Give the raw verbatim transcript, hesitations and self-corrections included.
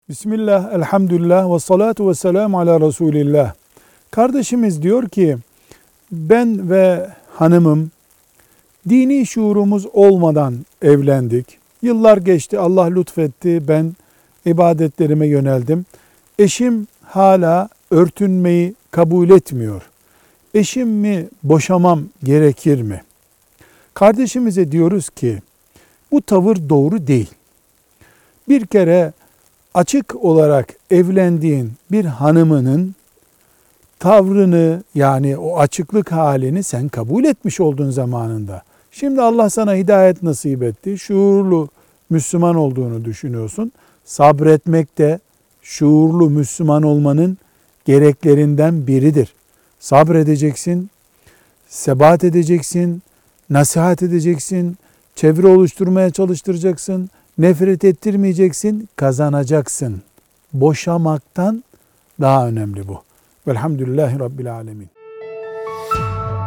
Bismillah, elhamdülillah ve salatu ve selamu ala Resulillah. Kardeşimiz diyor ki, ben ve hanımım dini şuurumuz olmadan evlendik. Yıllar geçti, Allah lütfetti, ben ibadetlerime yöneldim. Eşim hala örtünmeyi kabul etmiyor. Eşimi boşamam gerekir mi? Kardeşimize diyoruz ki, bu tavır doğru değil. Bir kere açık olarak evlendiğin bir hanımının tavrını, yani o açıklık halini sen kabul etmiş oldun zamanında. Şimdi Allah sana hidayet nasip etti. Şuurlu Müslüman olduğunu düşünüyorsun. Sabretmek de şuurlu Müslüman olmanın gereklerinden biridir. Sabredeceksin, sebat edeceksin, nasihat edeceksin, çevre oluşturmaya çalıştıracaksın, nefret ettirmeyeceksin, kazanacaksın. Boşamaktan daha önemli bu. Velhamdülillahi Rabbil Alemin.